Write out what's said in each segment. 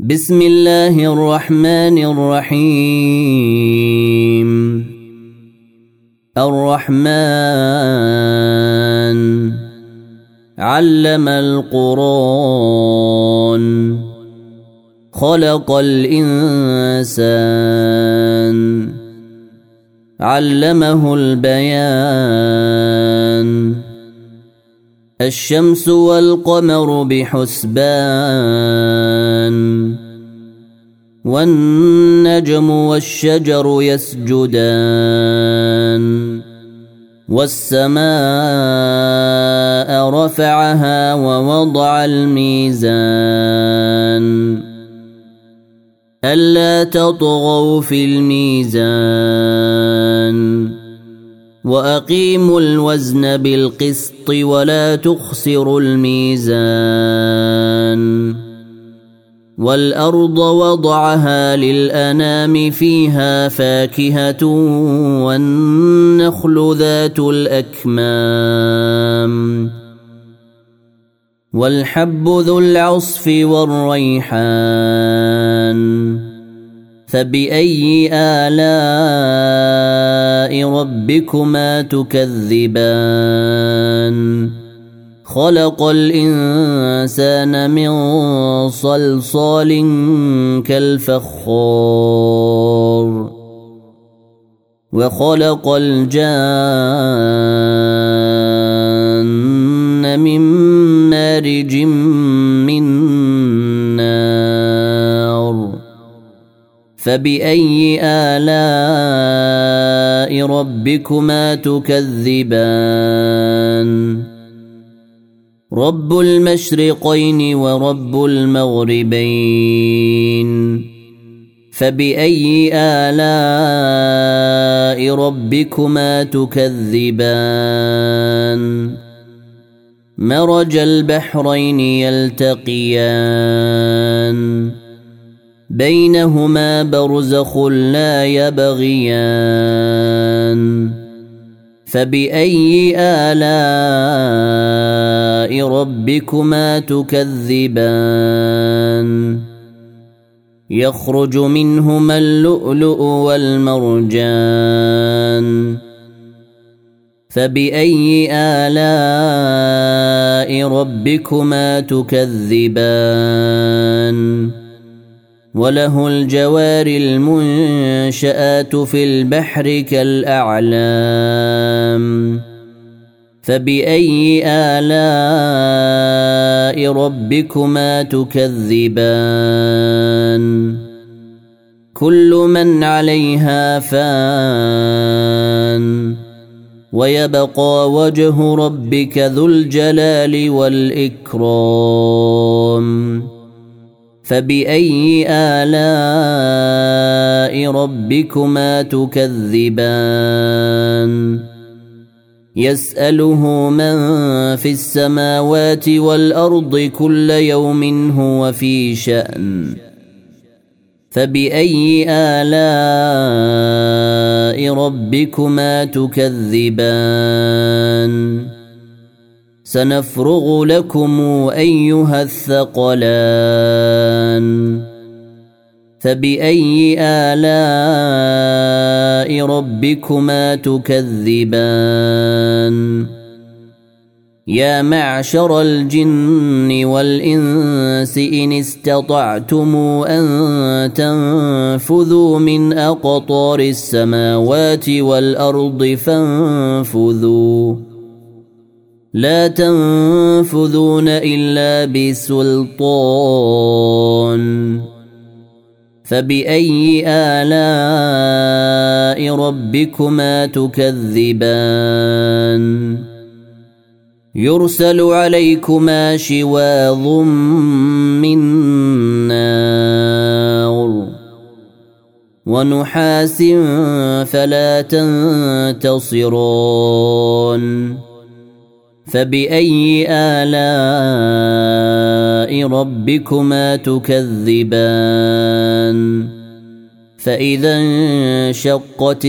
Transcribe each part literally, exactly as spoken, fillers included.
بسم الله الرحمن الرحيم. الرحمن علم القرآن خلق الإنسان علمه البيان الشمس والقمر بحسبان والنجم والشجر يسجدان والسماء رفعها ووضع الميزان ألا تطغوا في الميزان وأقيموا الوزن بالقسط ولا تخسروا الميزان والأرض وضعها للأنام فيها فاكهة والنخل ذات الأكمام والحب ذو العصف والريحان فبأي آلاء ربكما تكذبان خلق الإنسان من صلصال كالفخار وخلق الجان من مارج من نار فبأي آلاء ربكما تكذبان رب المشرقين ورب المغربين فبأي آلاء ربكما تكذبان مرج البحرين يلتقيان بينهما برزخ لا يبغيان فبأي آلاء ربكما تكذبان يخرج منهما اللؤلؤ والمرجان فبأي آلاء ربكما تكذبان وله الجوار المنشآت في البحر كالأعلام فبأي آلاء ربكما تكذبان كل من عليها فان ويبقى وجه ربك ذو الجلال والإكرام فبأي آلاء ربكما تكذبان يسأله من في السماوات والأرض كل يوم هو في شأن فبأي آلاء ربكما تكذبان سنفرغ لكم أيها الثقلان فبأي آلاء ربكما تكذبان يا معشر الجن والإنس إن استطعتم أن تنفذوا من أقطار السماوات والأرض فانفذوا لا تنفذون إلا بسلطان فبأي آلاء ربكما تكذبان يرسل عليكما شواظ من نار ونحاس فلا تنتصران فبأي آلاء ربكما تكذبان فإذا انشقت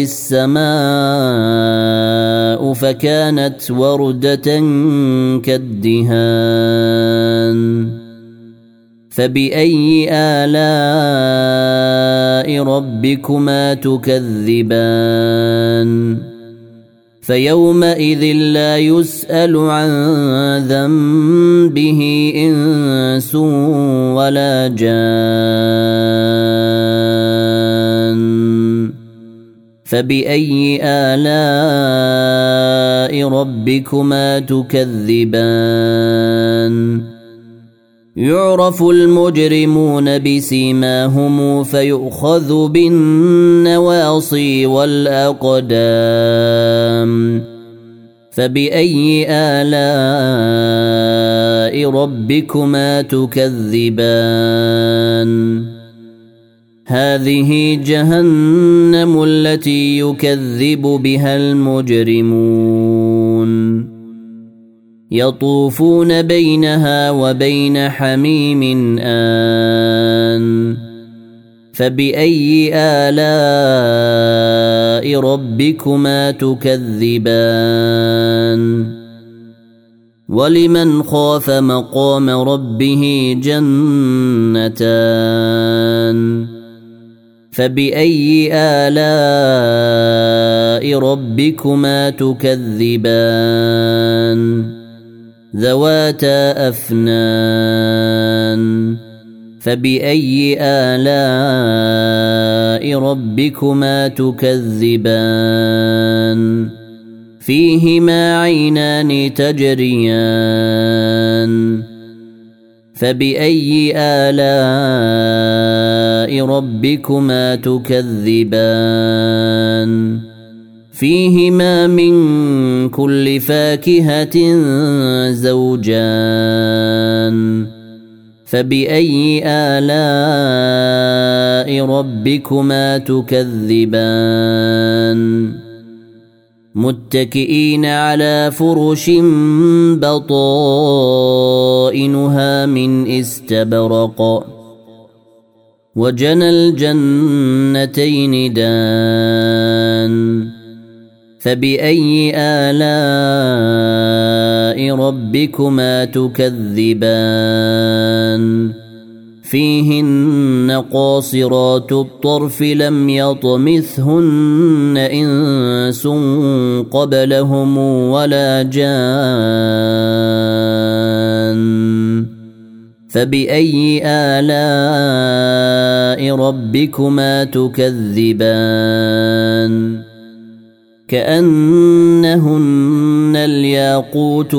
السماء فكانت وردة كالدهان فبأي آلاء ربكما تكذبان فيومئذ لا يسأل عن ذنبه إنس ولا جان فبأي آلاء ربكما تكذبان يعرف المجرمون بسيماهم فيؤخذ بالنواصي والأقدام فبأي آلاء ربكما تكذبان هذه جهنم التي يكذب بها المجرمون يطوفون بينها وبين حميم آن فبأي آلاء ربكما تكذبان ولمن خاف مقام ربه جنتان فبأي آلاء ربكما تكذبان ذواتا أفنان فبأي آلاء ربكما تكذبان فيهما عينان تجريان فبأي آلاء ربكما تكذبان فيهما من كل فاكهة زوجان فبأي آلاء ربكما تكذبان متكئين على فرش بطائنها من استبرق وجنى الجنتين دان فبأي آلاء ربكما تكذبان فيهن قاصرات الطرف لم يطمثهن إنس قبلهم ولا جان فبأي آلاء ربكما تكذبان كأنهن الياقوت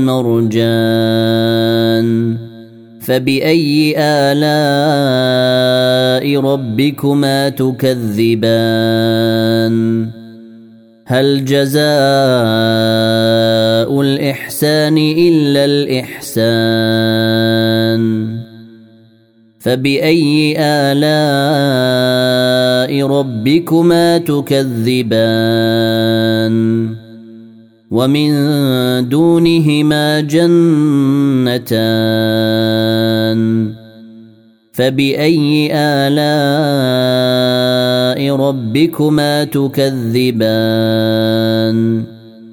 والمرجان فبأي آلاء ربكما تكذبان هل جزاء الإحسان إلا الإحسان فبأي آلاء ربكما تكذبان ومن دونهما جنتان فبأي آلاء ربكما تكذبان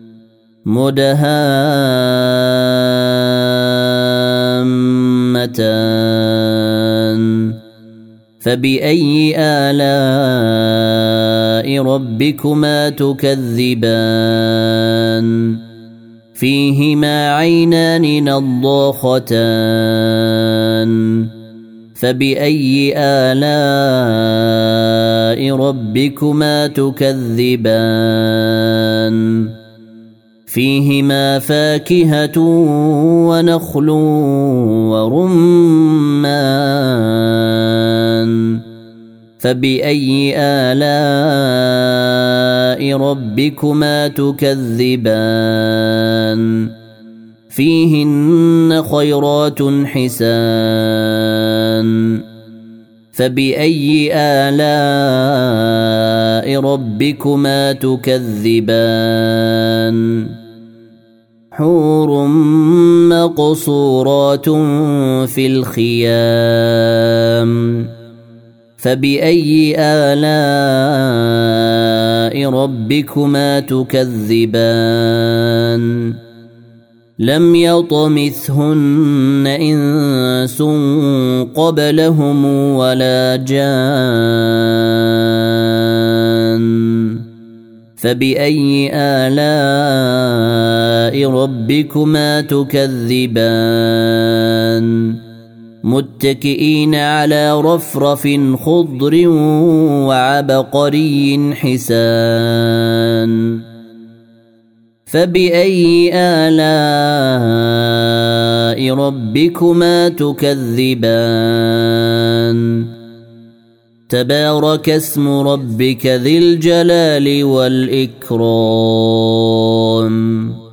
مدهامتان فبأي آلاء ربكما تكذبان فيهما عينان نضاختان فبأي آلاء ربكما تكذبان فيهما فاكهة ونخل ورمان فبأي آلاء ربكما تكذبان فيهن خيرات حسان فبأي آلاء ربكما تكذبان حور مقصورات في الخيام فبأي آلاء ربكما تكذبان لم يطمثهن إنس قبلهم ولا جان فبأي آلاء ربكما تكذبان متكئين على رفرف خضر وعبقري حسان فبأي آلاء ربكما تكذبان تبارك اسم ربك ذي الجلال والإكرام